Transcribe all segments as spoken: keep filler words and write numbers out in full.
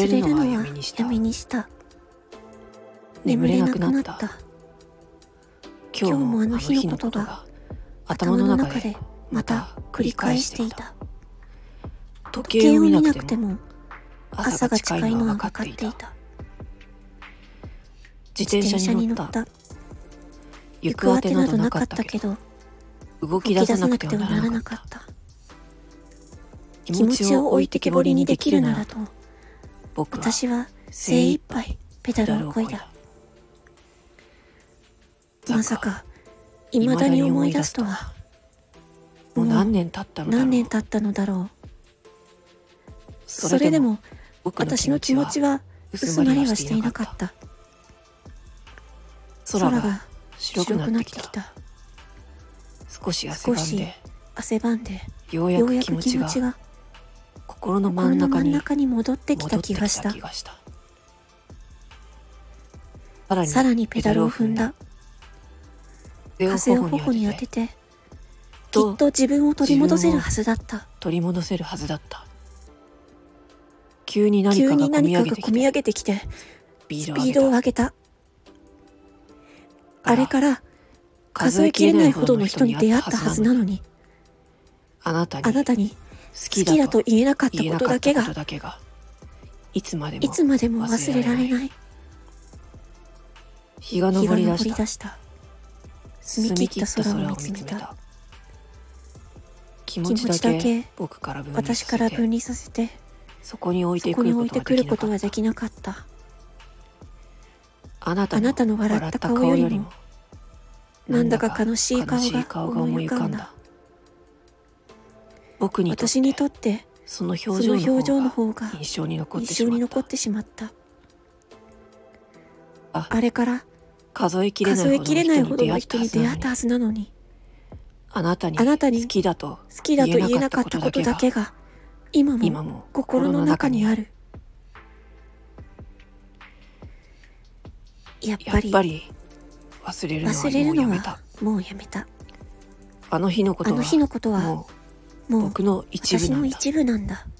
忘れるのは闇にした。 闇にした眠れなくなった。 今日もあの日のことが頭の中でまた繰り返していた。時計を見なくても朝が近いのは分かっていた。 自転車に乗った。行く当てなどなかったけど、動き出さなくてはならなかった。気持ちを置いてけぼりにできるならと、僕は私は精一杯ペダルをこいだ。まさか未だに思い出すとは。 もう何年経ったのだろう。 何年経ったのだろう。 そそれでも僕私の気持ちは薄まりはしていなかった。 空が空が白くなってきた。少し汗少しばんで、 汗ばんで、 ようやくようやく気持ちが気持ちが心の真心のん中に真ん中に戻ってきた戻ってきた気がした。 気がした。さらにさらにペダルを踏んだ。風を頬に当てて、きっと自分を取り戻せるはずだった。 取り戻せるはずだった。急に何急かが込に何かみ上げてきて、 が込み上げてきて、 スピスピードをードを上げ上げた。あれから数えきれないほどの人に出会ったはずなのに、 た。あなたにあなたに好好ききだとだと言えなかった言えことだけなかったことがだけがいつまでもいつまでも忘れられい。 ない。 日が日が昇昇り出した。 り出した。澄み切った空を見つめた。 気持ちだけ僕から分離私から分させて、 離させて、 そこに置いそてくるここに置いてくることとははできできなかっなかった。 た。あなたあなたの笑った顔よりも、なんだか悲しい顔悲しいが顔が思思い浮かんだい浮かんだ。。僕にとって私にとってその表その情表情のの方が方が印象に残って印しまった象に残っ。てしまった。 ああれから数えきれな数えいほどきれないほどのの人人に出会に出会ったたっはずなのに、 はずなのに、 あなたにあなたに好きだと好きだと言え言えなかっなかったたこだけがこととだけが今も今も心の中にある。やっやぱりっぱり忘れるのは忘れるのもうやめたは。もうやめた。 あの日のことはあの日のことはもうもう僕の一部なんだ。 私の一部なんだ。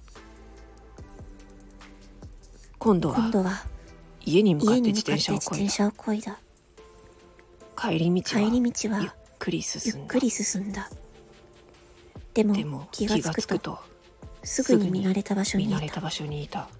今度は今度は家に向かっ家て自に向かって転車をこいだ。 自転車をこいだ。 帰り道帰はり道はゆっくりゆ進んだ。 っくり進んだ。でもでも気気がつくとがつくとすぐに見慣れた場所にいた。 見慣れた場所にいた。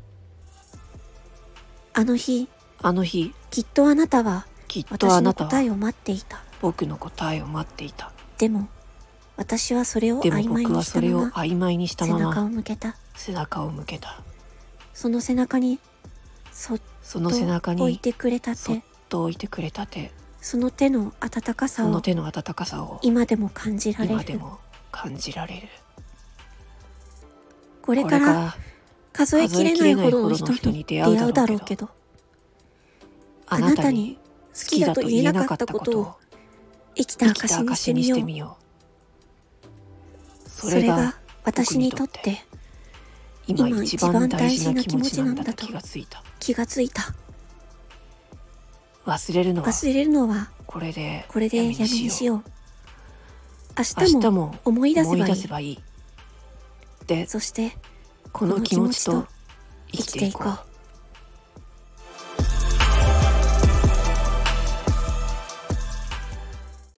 あの日あの日きっとあなたはきっと私のあなたは答えを待っていた。 僕の答えを待っていた。 でも私はそれをでも曖昧僕はにしたままそれを曖昧にした背中をまま向けた。 背中を向けた。 その背中にそっその背中と置いにてくれたそっ手、 と置いてくれた手、 その手の温かさそのを手の温かさを今でも感じられる。 今でも感じられる。 これかこれからら数えきれないほどの人数えきれないほどの人にに出会う出会うだだろうけど、 ろうけどああなたになたに好きだと言えなかったことを生きた生きた証にしてみよう。 証にしてみよう。そそれがれが私にとって今一番大事な気持ちなんだと気がついた。 気がついた。 忘れるのは忘れるのはこれでこれでやめにしよう。明明日も日も思い出せ思いばいい。 出せばいい。で、 そしてこの気持ちと生きていこう。